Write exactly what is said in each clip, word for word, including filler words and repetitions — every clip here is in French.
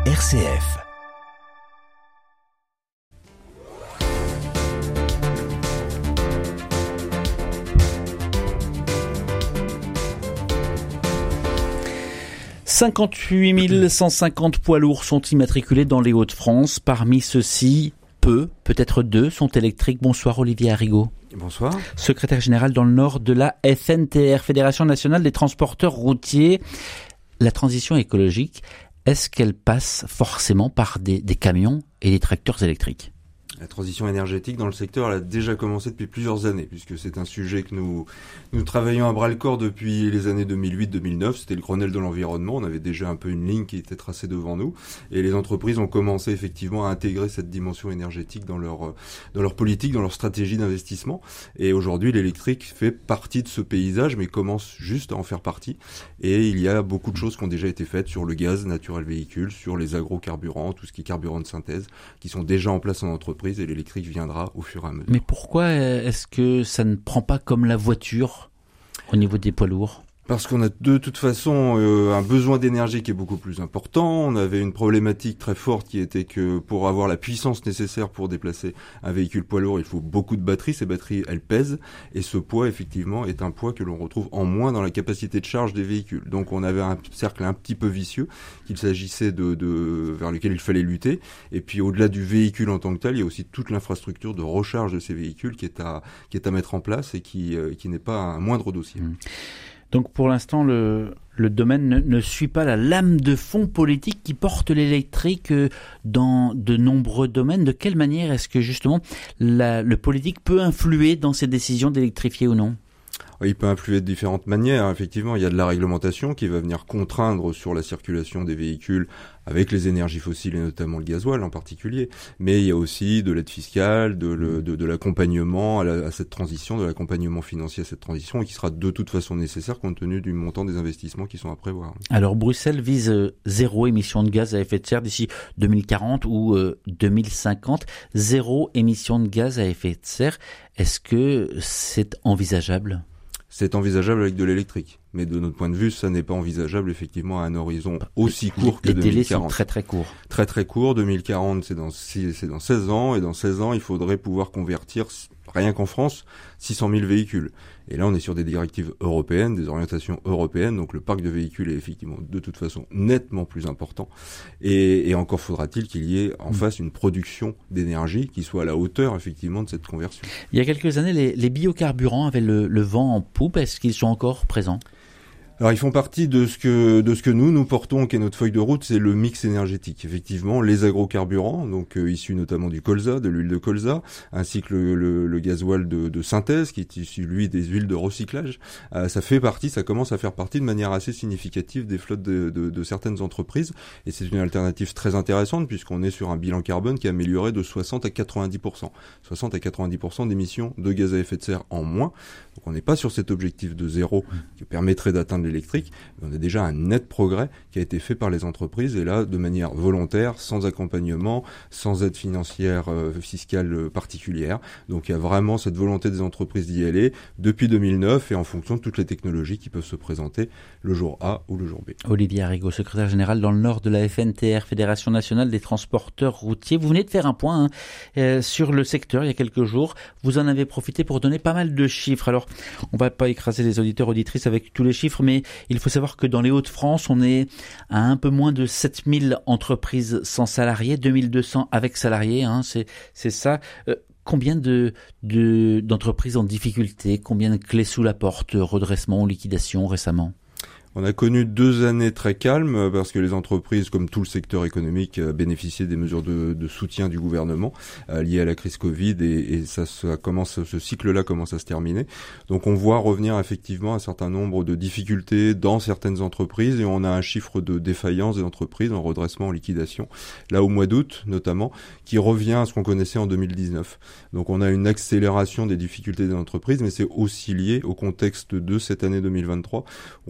R C F. cinquante-huit mille cent cinquante poids lourds sont immatriculés dans les Hauts-de-France. Parmi ceux-ci, peu, peut-être deux, sont électriques. Bonsoir Olivier Arrigo. Bonsoir. Secrétaire général dans le Nord de la F N T R, Fédération nationale des transporteurs routiers. La transition écologique, est-ce qu'elle passe forcément par des, des camions et des tracteurs électriques ? La transition énergétique dans le secteur, elle a déjà commencé depuis plusieurs années, puisque c'est un sujet que nous nous travaillons à bras-le-corps depuis les années deux mille huit deux mille neuf. C'était le Grenelle de l'environnement. On avait déjà un peu une ligne qui était tracée devant nous, et les entreprises ont commencé effectivement à intégrer cette dimension énergétique dans leur dans leur politique, dans leur stratégie d'investissement. Et aujourd'hui, l'électrique fait partie de ce paysage, mais commence juste à en faire partie. Et il y a beaucoup de choses qui ont déjà été faites sur le gaz naturel véhicule, sur les agrocarburants, tout ce qui est carburant de synthèse, qui sont déjà en place en entreprise. Et l'électrique viendra au fur et à mesure. Mais pourquoi est-ce que ça ne prend pas comme la voiture au niveau des poids lourds ? Parce qu'on a de toute façon euh, un besoin d'énergie qui est beaucoup plus important. On avait une problématique très forte qui était que pour avoir la puissance nécessaire pour déplacer un véhicule poids lourd, il faut beaucoup de batteries. Ces batteries, elles pèsent. Et ce poids, effectivement, est un poids que l'on retrouve en moins dans la capacité de charge des véhicules. Donc on avait un cercle un petit peu vicieux qu'il s'agissait de, de vers lequel il fallait lutter. Et puis au-delà du véhicule en tant que tel, il y a aussi toute l'infrastructure de recharge de ces véhicules qui est à, qui est à mettre en place et qui, euh, qui n'est pas un moindre dossier. Mmh. Donc pour l'instant, le, le domaine ne, ne suit pas la lame de fond politique qui porte l'électrique dans de nombreux domaines. De quelle manière est-ce que justement la, le politique peut influer dans ces décisions d'électrifier ou non ? Il peut influer de différentes manières. Effectivement, il y a de la réglementation qui va venir contraindre sur la circulation des véhicules avec les énergies fossiles et notamment le gasoil en particulier. Mais il y a aussi de l'aide fiscale, de, le, de, de l'accompagnement à, la, à cette transition, de l'accompagnement financier à cette transition et qui sera de toute façon nécessaire compte tenu du montant des investissements qui sont à prévoir. Alors Bruxelles vise euh, zéro émission de gaz à effet de serre d'ici deux mille quarante ou euh, deux mille cinquante. Zéro émission de gaz à effet de serre. Est-ce que c'est envisageable ? C'est envisageable avec de l'électrique. Mais de notre point de vue, ça n'est pas envisageable effectivement à un horizon aussi court que les deux mille quarante. Les délais sont très très courts. Très très courts. deux mille quarante, c'est dans, c'est dans seize ans. Et dans seize ans, il faudrait pouvoir convertir, rien qu'en France, six cent mille véhicules. Et là, on est sur des directives européennes, des orientations européennes. Donc le parc de véhicules est effectivement de toute façon nettement plus important. Et, et encore faudra-t-il qu'il y ait en face une production d'énergie qui soit à la hauteur effectivement de cette conversion. Il y a quelques années, les, les biocarburants avaient le, le vent en poupe. Est-ce qu'ils sont encore présents ? Alors ils font partie de ce que de ce que nous nous portons, qui est notre feuille de route, c'est le mix énergétique. Effectivement, les agrocarburants, donc euh, issus notamment du colza, de l'huile de colza, ainsi que le, le, le gasoil de, de synthèse, qui est issu lui des huiles de recyclage. Euh, ça fait partie, ça commence à faire partie de manière assez significative des flottes de, de, de certaines entreprises, et c'est une alternative très intéressante puisqu'on est sur un bilan carbone qui est amélioré de soixante à quatre-vingt-dix pour cent, soixante à quatre-vingt-dix pour cent d'émissions de gaz à effet de serre en moins. Donc on n'est pas sur cet objectif de zéro qui permettrait d'atteindre l'électrique, mais on a déjà un net progrès qui a été fait par les entreprises, et là de manière volontaire, sans accompagnement, sans aide financière euh, fiscale euh, particulière. Donc il y a vraiment cette volonté des entreprises d'y aller depuis deux mille neuf et en fonction de toutes les technologies qui peuvent se présenter le jour A ou le jour B. Olivier Arrigo, secrétaire général dans le Nord de la F N T R, Fédération nationale des transporteurs routiers. Vous venez de faire un point hein, euh, sur le secteur il y a quelques jours. Vous en avez profité pour donner pas mal de chiffres. Alors on va pas écraser les auditeurs auditrices avec tous les chiffres, mais il faut savoir que dans les Hauts-de-France, on est à un peu moins de sept mille entreprises sans salariés, deux mille deux cents avec salariés, hein, c'est, c'est ça. Euh, combien de, de, d'entreprises en difficulté, combien de clés sous la porte, redressement ou liquidation récemment ? On a connu deux années très calmes parce que les entreprises, comme tout le secteur économique, bénéficiaient des mesures de, de soutien du gouvernement euh, liées à la crise Covid et, et ça, ça commence, ce cycle-là commence à se terminer. Donc on voit revenir effectivement un certain nombre de difficultés dans certaines entreprises et on a un chiffre de défaillance des entreprises en redressement, en liquidation, là au mois d'août notamment, qui revient à ce qu'on connaissait en deux mille dix-neuf. Donc on a une accélération des difficultés des entreprises, mais c'est aussi lié au contexte de cette année deux mille vingt-trois. On a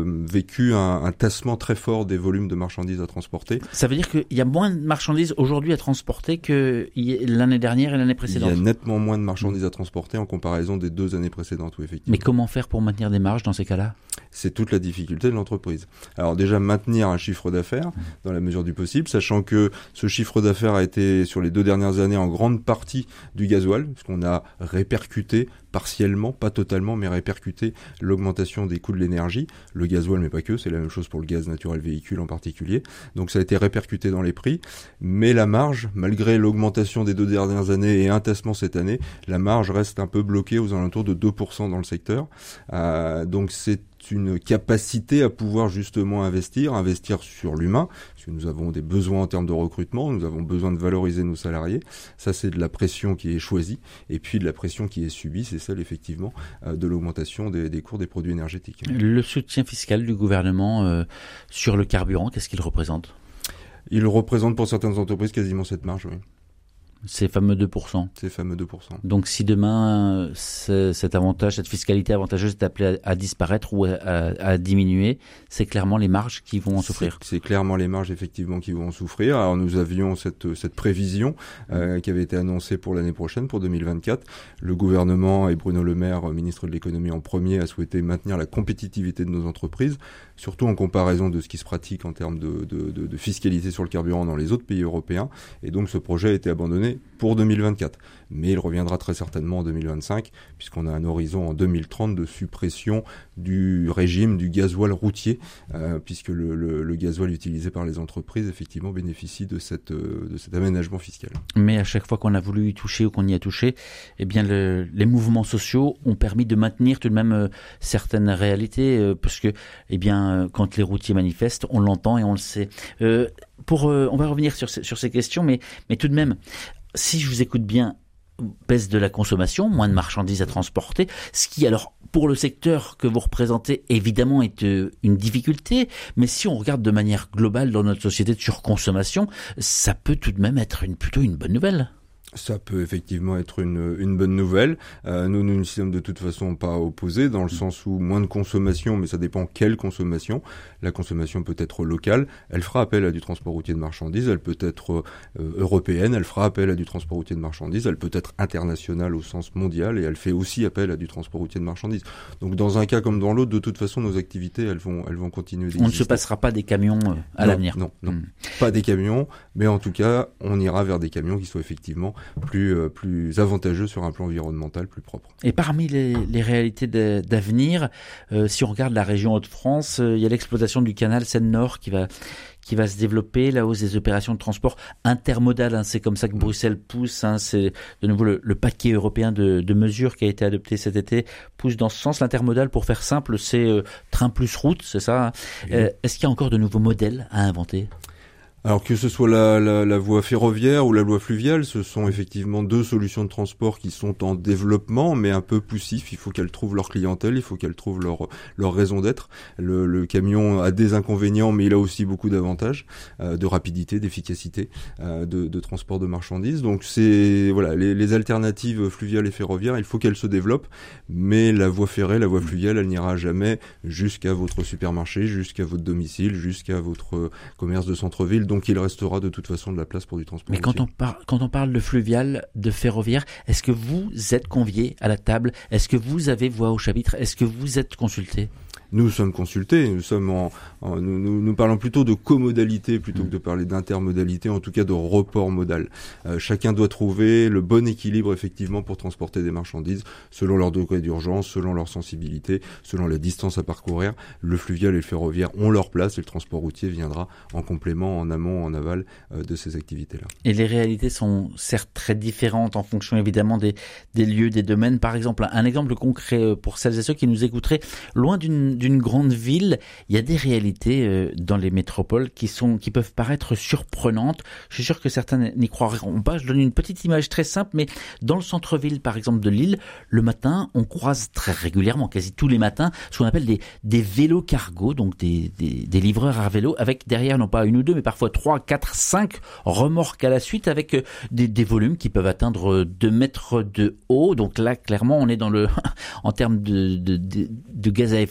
euh, vécu un, un tassement très fort des volumes de marchandises à transporter. Ça veut dire qu'il y a moins de marchandises aujourd'hui à transporter que l'année dernière et l'année précédente? Il y a nettement moins de marchandises à transporter en comparaison des deux années précédentes, oui, effectivement. Mais comment faire pour maintenir des marges dans ces cas-là? C'est toute la difficulté de l'entreprise. Alors déjà, maintenir un chiffre d'affaires dans la mesure du possible, sachant que ce chiffre d'affaires a été, sur les deux dernières années, en grande partie du gasoil, puisqu'on a répercuté partiellement, pas totalement, mais répercuté l'augmentation des coûts de l'énergie. Le gasoil, mais pas que, c'est la même chose pour le gaz naturel véhicule en particulier. Donc ça a été répercuté dans les prix. Mais la marge, malgré l'augmentation des deux dernières années et un tassement cette année, la marge reste un peu bloquée aux alentours de deux pour cent dans le secteur. Euh, donc c'est une capacité à pouvoir justement investir, investir sur l'humain, parce que nous avons des besoins en termes de recrutement, nous avons besoin de valoriser nos salariés. Ça, c'est de la pression qui est choisie, et puis de la pression qui est subie, c'est celle effectivement de l'augmentation des, des cours des produits énergétiques. Le soutien fiscal du gouvernement euh, sur le carburant, qu'est-ce qu'il représente? Il représente pour certaines entreprises quasiment cette marge, oui. Ces fameux deux pour cent. Ces fameux deux pour cent. Donc si demain cet avantage, cette fiscalité avantageuse est appelée à, à disparaître ou à, à, à diminuer, c'est clairement les marges qui vont en souffrir. C'est clairement les marges effectivement qui vont en souffrir. Alors nous avions cette, cette prévision euh, qui avait été annoncée pour l'année prochaine, pour deux mille vingt-quatre. Le gouvernement et Bruno Le Maire, ministre de l'économie en premier, a souhaité maintenir la compétitivité de nos entreprises, surtout en comparaison de ce qui se pratique en termes de, de, de, de fiscalité sur le carburant dans les autres pays européens. Et donc ce projet a été abandonné pour deux mille vingt-quatre. Mais il reviendra très certainement en deux mille vingt-cinq, puisqu'on a un horizon en deux mille trente de suppression du régime du gasoil routier, euh, puisque le, le, le gasoil utilisé par les entreprises, effectivement, bénéficie de, cette, euh, de cet aménagement fiscal. Mais à chaque fois qu'on a voulu y toucher ou qu'on y a touché, eh bien le, les mouvements sociaux ont permis de maintenir tout de même euh, certaines réalités, euh, parce que eh bien, euh, quand les routiers manifestent, on l'entend et on le sait. Euh, pour, euh, on va revenir sur, sur ces questions, mais, mais tout de même, si je vous écoute bien, baisse de la consommation, moins de marchandises à transporter, ce qui alors pour le secteur que vous représentez évidemment est euh, une difficulté, mais si on regarde de manière globale dans notre société de surconsommation, ça peut tout de même être une, plutôt une bonne nouvelle. Ça peut effectivement être une, une bonne nouvelle. Euh, nous, nous ne sommes de toute façon pas opposés, dans le sens où moins de consommation, mais ça dépend quelle consommation. La consommation peut être locale, elle fera appel à du transport routier de marchandises, elle peut être euh, européenne, elle fera appel à du transport routier de marchandises, elle peut être internationale au sens mondial, et elle fait aussi appel à du transport routier de marchandises. Donc dans un cas comme dans l'autre, de toute façon, nos activités, elles vont, elles vont continuer d'exister. On ne se passera pas des camions euh, à l'avenir. Non, non, mmh. Pas des camions, mais en tout cas, on ira vers des camions qui soient effectivement plus euh, plus avantageux sur un plan environnemental, plus propre. Et parmi les, les réalités de, d'avenir, euh, si on regarde la région Hauts-de-France, euh, il y a l'exploitation du canal Seine-Nord qui va qui va se développer, la hausse des opérations de transport intermodal, hein, c'est comme ça que Bruxelles pousse, hein, c'est de nouveau le, le paquet européen de, de mesures qui a été adopté cet été, pousse dans ce sens. L'intermodal, pour faire simple, c'est euh, train plus route, c'est ça, hein. Oui. euh, Est-ce qu'il y a encore de nouveaux modèles à inventer ? Alors que ce soit la, la, la voie ferroviaire ou la voie fluviale, ce sont effectivement deux solutions de transport qui sont en développement, mais un peu poussif. Il faut qu'elles trouvent leur clientèle, il faut qu'elles trouvent leur, leur raison d'être. Le, le camion a des inconvénients, mais il a aussi beaucoup d'avantages, euh, de rapidité, d'efficacité, euh, de, de transport de marchandises. Donc c'est voilà, les, les alternatives fluviales et ferroviaires, il faut qu'elles se développent, mais la voie ferrée, la voie fluviale, elle n'ira jamais jusqu'à votre supermarché, jusqu'à votre domicile, jusqu'à votre commerce de centre-ville. Donc il restera de toute façon de la place pour du transport. Mais quand on, par, quand on parle de fluvial, de ferroviaire, est-ce que vous êtes convié à la table ? Est-ce que vous avez voix au chapitre ? Est-ce que vous êtes consulté ? Nous sommes consultés, nous sommes en, en nous, nous, nous parlons plutôt de comodalité plutôt que de parler d'intermodalité, en tout cas de report modal. Euh, chacun doit trouver le bon équilibre effectivement pour transporter des marchandises selon leur degré d'urgence, selon leur sensibilité, selon la distance à parcourir. Le fluvial et le ferroviaire ont leur place et le transport routier viendra en complément, en amont, en aval euh, de ces activités-là. Et les réalités sont certes très différentes en fonction évidemment des, des lieux, des domaines. Par exemple, un exemple concret pour celles et ceux qui nous écouteraient loin d'une d'une grande ville, il y a des réalités euh, dans les métropoles qui sont, qui peuvent paraître surprenantes. Je suis sûr que certains n'y croiront pas. Je donne une petite image très simple, mais dans le centre-ville, par exemple, de Lille, le matin, on croise très régulièrement, quasi tous les matins, ce qu'on appelle des, des vélos cargo, donc des, des, des livreurs à vélo, avec derrière, non pas une ou deux, mais parfois trois, quatre, cinq remorques à la suite, avec des, des volumes qui peuvent atteindre deux mètres de haut. Donc là, clairement, on est dans le, en termes de, de, de, de gaz à effet de serre, on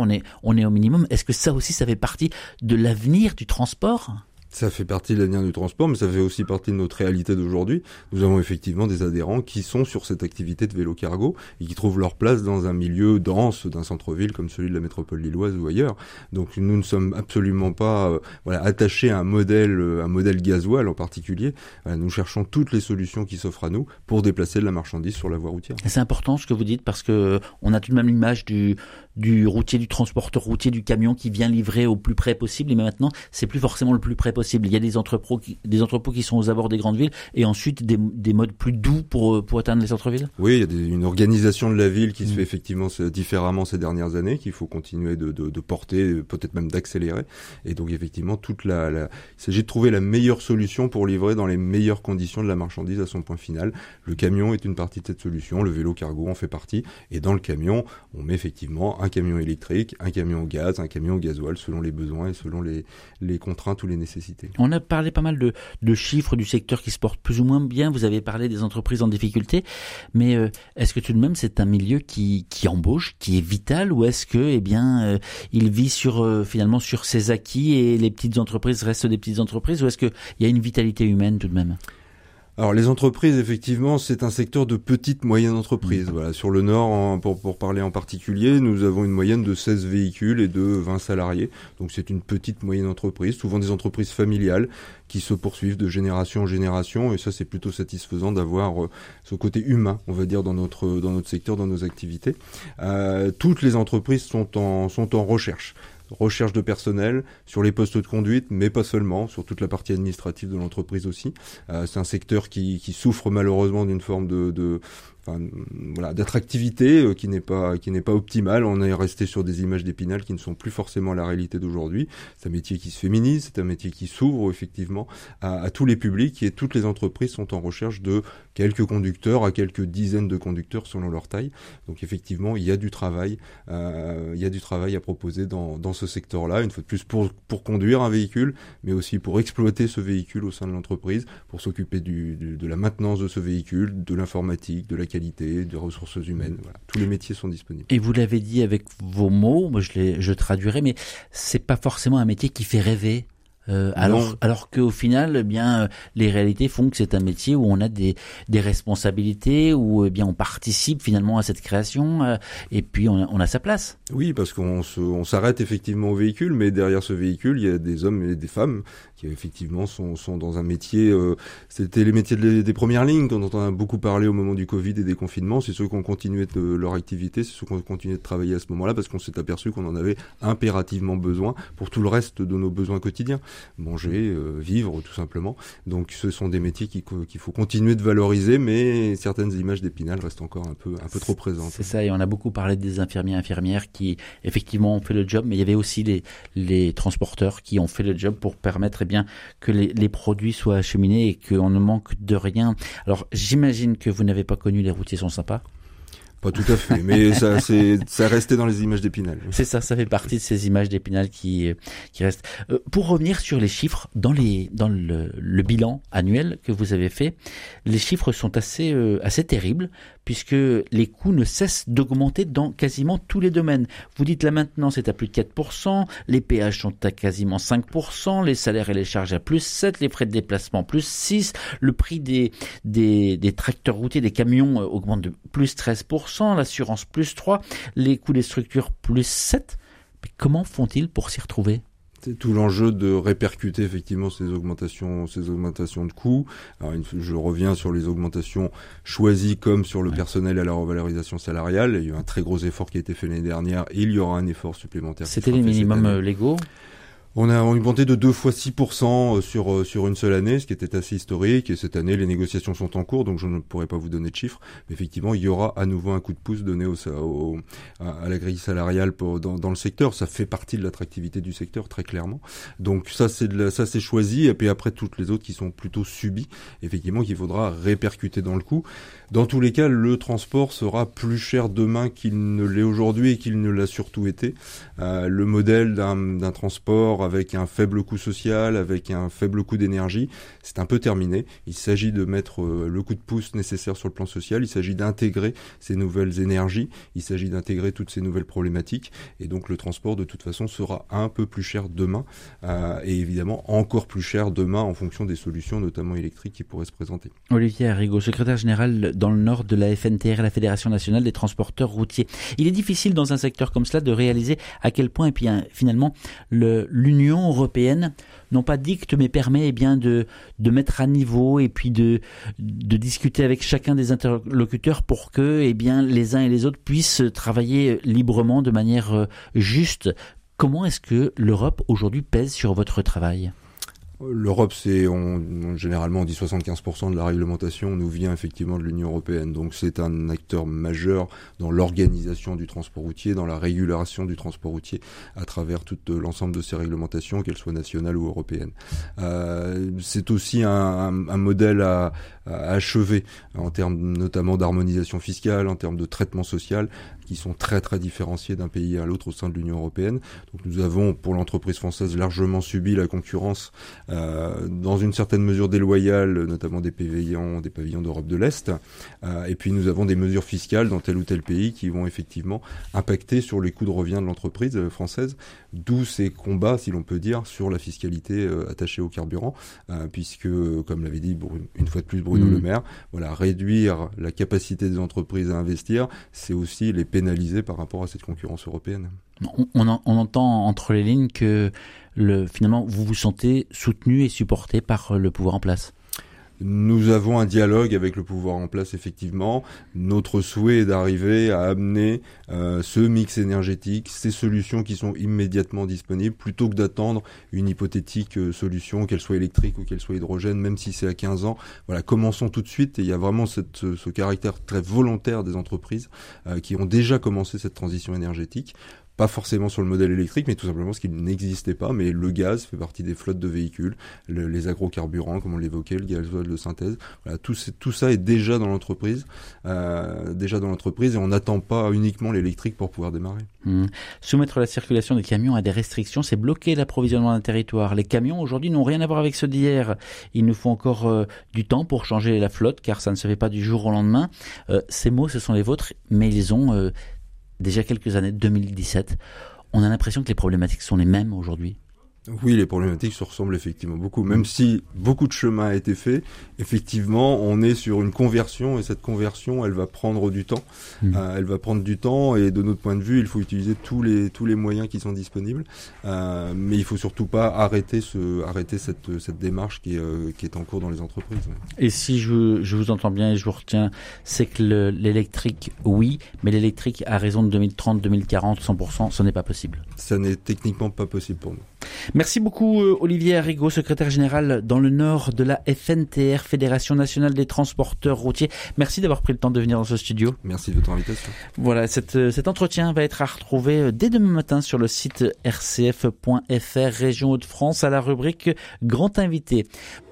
on est, on est au minimum. Est-ce que ça aussi, ça fait partie de l'avenir du transport ? Ça fait partie de l'avenir du transport, mais ça fait aussi partie de notre réalité d'aujourd'hui. Nous avons effectivement des adhérents qui sont sur cette activité de vélo cargo et qui trouvent leur place dans un milieu dense d'un centre-ville comme celui de la métropole lilloise ou ailleurs. Donc nous ne sommes absolument pas euh, voilà, attachés à un modèle, un modèle gasoil en particulier. Euh, nous cherchons toutes les solutions qui s'offrent à nous pour déplacer de la marchandise sur la voie routière. Et c'est important ce que vous dites parce que on a tout de même l'image du du routier, du transporteur routier, du camion qui vient livrer au plus près possible. Et maintenant, c'est plus forcément le plus près possible. Il y a des entrepôts qui, des entrepôts qui sont aux abords des grandes villes et ensuite des, des modes plus doux pour, pour atteindre les centres-villes. Oui, il y a des, une organisation de la ville qui mmh. se fait effectivement différemment ces dernières années, qu'il faut continuer de, de, de porter, peut-être même d'accélérer. Et donc effectivement, toute la, la, il s'agit de trouver la meilleure solution pour livrer dans les meilleures conditions de la marchandise à son point final. Le camion est une partie de cette solution, le vélo cargo en fait partie. Et dans le camion, on met effectivement un camion électrique, un camion au gaz, un camion au gasoil, selon les besoins et selon les, les contraintes ou les nécessités. On a parlé pas mal de, de chiffres du secteur qui se portent plus ou moins bien. Vous avez parlé des entreprises en difficulté, mais euh, est-ce que tout de même c'est un milieu qui, qui embauche, qui est vital, ou est-ce que, eh bien, euh, il vit sur euh, finalement sur ses acquis et les petites entreprises restent des petites entreprises, ou est-ce que il y a une vitalité humaine tout de même ? Alors les entreprises, effectivement, c'est un secteur de petites moyennes entreprises. Mmh. Voilà, sur le Nord, en, pour, pour parler en particulier, nous avons une moyenne de seize véhicules et de vingt salariés. Donc c'est une petite moyenne entreprise, souvent des entreprises familiales qui se poursuivent de génération en génération. Et ça, c'est plutôt satisfaisant d'avoir euh, ce côté humain, on va dire, dans notre dans notre secteur, dans nos activités. Euh, toutes les entreprises sont en sont en recherche. Recherche de personnel sur les postes de conduite, mais pas seulement, sur toute la partie administrative de l'entreprise aussi. Euh, c'est un secteur qui, qui souffre malheureusement d'une forme de, de enfin, voilà, d'attractivité euh, qui n'est pas qui n'est pas optimale. On est resté sur des images d'Épinal qui ne sont plus forcément la réalité d'aujourd'hui. C'est un métier qui se féminise, c'est un métier qui s'ouvre effectivement à, à tous les publics, et toutes les entreprises sont en recherche de quelques conducteurs à quelques dizaines de conducteurs selon leur taille. Donc effectivement, il y a du travail, euh, il y a du travail à proposer dans dans ce secteur-là, une fois de plus pour pour conduire un véhicule, mais aussi pour exploiter ce véhicule au sein de l'entreprise, pour s'occuper du, du de la maintenance de ce véhicule, de l'informatique, de la qualité, des ressources humaines. Voilà. Tous les métiers sont disponibles. Et vous l'avez dit avec vos mots, moi je les je traduirai, mais c'est pas forcément un métier qui fait rêver. Euh, alors, alors qu'au final, eh bien, euh, les réalités font que c'est un métier où on a des, des responsabilités, où eh bien on participe finalement à cette création, euh, et puis on a, on a sa place. Oui, parce qu'on se, on s'arrête effectivement au véhicule, mais derrière ce véhicule, il y a des hommes et des femmes qui effectivement sont, sont dans un métier. Euh, c'était les métiers de, des premières lignes dont on a beaucoup parlé au moment du Covid et des confinements. C'est ceux qui ont continué de leur activité, c'est ceux qui ont continué de travailler à ce moment-là, parce qu'on s'est aperçu qu'on en avait impérativement besoin pour tout le reste de nos besoins quotidiens. Manger, euh, vivre tout simplement. Donc ce sont des métiers qui, qu'il faut continuer de valoriser, mais certaines images d'Épinal restent encore un peu, un peu trop présentes. C'est ça, et on a beaucoup parlé des infirmiers infirmières qui effectivement ont fait le job, mais il y avait aussi les, les transporteurs qui ont fait le job pour permettre eh bien, que les, les produits soient acheminés et qu'on ne manque de rien. Alors j'imagine que vous n'avez pas connu les routiers sont sympas. Pas tout à fait, mais ça, c'est, ça restait dans les images d'Épinal. C'est ça, ça fait partie de ces images d'Épinal qui, qui restent. Euh, pour revenir sur les chiffres, dans les, dans le, le bilan annuel que vous avez fait, les chiffres sont assez, euh, assez terribles, puisque les coûts ne cessent d'augmenter dans quasiment tous les domaines. Vous dites la maintenance est à plus de quatre pour cent, les péages sont à quasiment cinq pour cent, les salaires et les charges à plus sept pour cent, les frais de déplacement plus six pour cent, le prix des, des, des tracteurs routiers, des camions augmente de plus treize pour cent, l'assurance plus trois pour cent, les coûts des structures plus sept pour cent. Mais comment font-ils pour s'y retrouver ? C'est tout l'enjeu de répercuter effectivement ces augmentations, ces augmentations de coûts. Alors, je reviens sur les augmentations choisies comme sur le ouais. personnel et la revalorisation salariale. Il y a eu un très gros effort qui a été fait l'année dernière et il y aura un effort supplémentaire. C'était les minimums légaux ? On a augmenté de deux fois six pour cent sur sur une seule année, ce qui était assez historique. Et cette année, les négociations sont en cours, donc je ne pourrais pas vous donner de chiffres. Mais effectivement, il y aura à nouveau un coup de pouce donné au, au, à la grille salariale pour, dans, dans le secteur. Ça fait partie de l'attractivité du secteur, très clairement. Donc ça, c'est de la, ça c'est choisi. Et puis après, toutes les autres qui sont plutôt subies, effectivement, qu'il faudra répercuter dans le coût. Dans tous les cas, le transport sera plus cher demain qu'il ne l'est aujourd'hui et qu'il ne l'a surtout été. Euh, le modèle d'un, d'un transport transport avec un faible coût social, avec un faible coût d'énergie, c'est un peu terminé. Il s'agit de mettre le coup de pouce nécessaire sur le plan social, il s'agit d'intégrer ces nouvelles énergies, il s'agit d'intégrer toutes ces nouvelles problématiques, et donc le transport de toute façon sera un peu plus cher demain, euh, et évidemment encore plus cher demain en fonction des solutions, notamment électriques, qui pourraient se présenter. Olivier Arrigo, secrétaire général dans le Nord de la F N T R, la Fédération nationale des transporteurs routiers. Il est difficile dans un secteur comme cela de réaliser à quel point, et puis hein, finalement, le, l'Union européenne, non pas dicte, mais permet eh bien de, de mettre à niveau et puis de, de discuter avec chacun des interlocuteurs pour que eh bien, les uns et les autres puissent travailler librement, de manière juste. Comment est-ce que l'Europe aujourd'hui pèse sur votre travail ? L'Europe, c'est on, on, généralement on dit soixante-quinze pour cent de la réglementation nous vient effectivement de l'Union européenne. Donc c'est un acteur majeur dans l'organisation du transport routier, dans la régulation du transport routier à travers tout l'ensemble de ces réglementations, qu'elles soient nationales ou européennes. Euh, c'est aussi un, un, un modèle à, à achever en termes notamment d'harmonisation fiscale, en termes de traitement social, qui sont très très différenciés d'un pays à l'autre au sein de l'Union européenne. Donc nous avons pour l'entreprise française largement subi la concurrence Euh, dans une certaine mesure déloyale, notamment des pavillons, des pavillons d'Europe de l'Est. Euh, et puis nous avons des mesures fiscales dans tel ou tel pays qui vont effectivement impacter sur les coûts de revient de l'entreprise française, d'où ces combats, si l'on peut dire, sur la fiscalité euh, attachée au carburant, euh, puisque, comme l'avait dit une fois de plus Bruno mmh. Le Maire, voilà, réduire la capacité des entreprises à investir, c'est aussi les pénaliser par rapport à cette concurrence européenne. On, on, en, on entend entre les lignes que le, finalement vous vous sentez soutenu et supporté par le pouvoir en place. Nous avons un dialogue avec le pouvoir en place, effectivement. Notre souhait est d'arriver à amener euh, ce mix énergétique, ces solutions qui sont immédiatement disponibles, plutôt que d'attendre une hypothétique euh, solution, qu'elle soit électrique ou qu'elle soit hydrogène, même si c'est à quinze ans. Voilà, commençons tout de suite. Et il y a vraiment cette, ce, ce caractère très volontaire des entreprises euh, qui ont déjà commencé cette transition énergétique. Pas forcément sur le modèle électrique, mais tout simplement parce qu'il n'existait pas. Mais le gaz fait partie des flottes de véhicules, le, les agrocarburants, comme on l'évoquait, le gasoil de synthèse. Voilà, tout, tout ça est déjà dans l'entreprise, euh, déjà dans l'entreprise, et on n'attend pas uniquement l'électrique pour pouvoir démarrer. Mmh. Soumettre la circulation des camions à des restrictions, c'est bloquer l'approvisionnement d'un territoire. Les camions aujourd'hui n'ont rien à voir avec ceux d'hier. Il nous faut encore euh, du temps pour changer la flotte, car ça ne se fait pas du jour au lendemain. Euh, ces mots, ce sont les vôtres, mais ils ont euh, déjà quelques années, deux mille dix-sept, on a l'impression que les problématiques sont les mêmes aujourd'hui. Oui, les problématiques se ressemblent effectivement beaucoup. Même si beaucoup de chemin a été fait, effectivement, on est sur une conversion, et cette conversion, elle va prendre du temps. Mmh. Euh, elle va prendre du temps, et de notre point de vue, il faut utiliser tous les tous les moyens qui sont disponibles. Euh, mais il faut surtout pas arrêter ce arrêter cette cette démarche qui est euh, qui est en cours dans les entreprises. Et si je je vous entends bien et je vous retiens, c'est que le, l'électrique, oui, mais l'électrique à raison de deux mille trente, deux mille quarante, cent pour cent, ce n'est pas possible. Ça n'est techniquement pas possible pour nous. Merci beaucoup Olivier Arrigo, secrétaire général dans le Nord de la F N T R, Fédération nationale des transporteurs routiers. Merci d'avoir pris le temps de venir dans ce studio. Merci de votre invitation. Voilà, cette, cet entretien va être à retrouver dès demain matin sur le site r c f point f r, région Hauts-de-France, à la rubrique Grand Invité.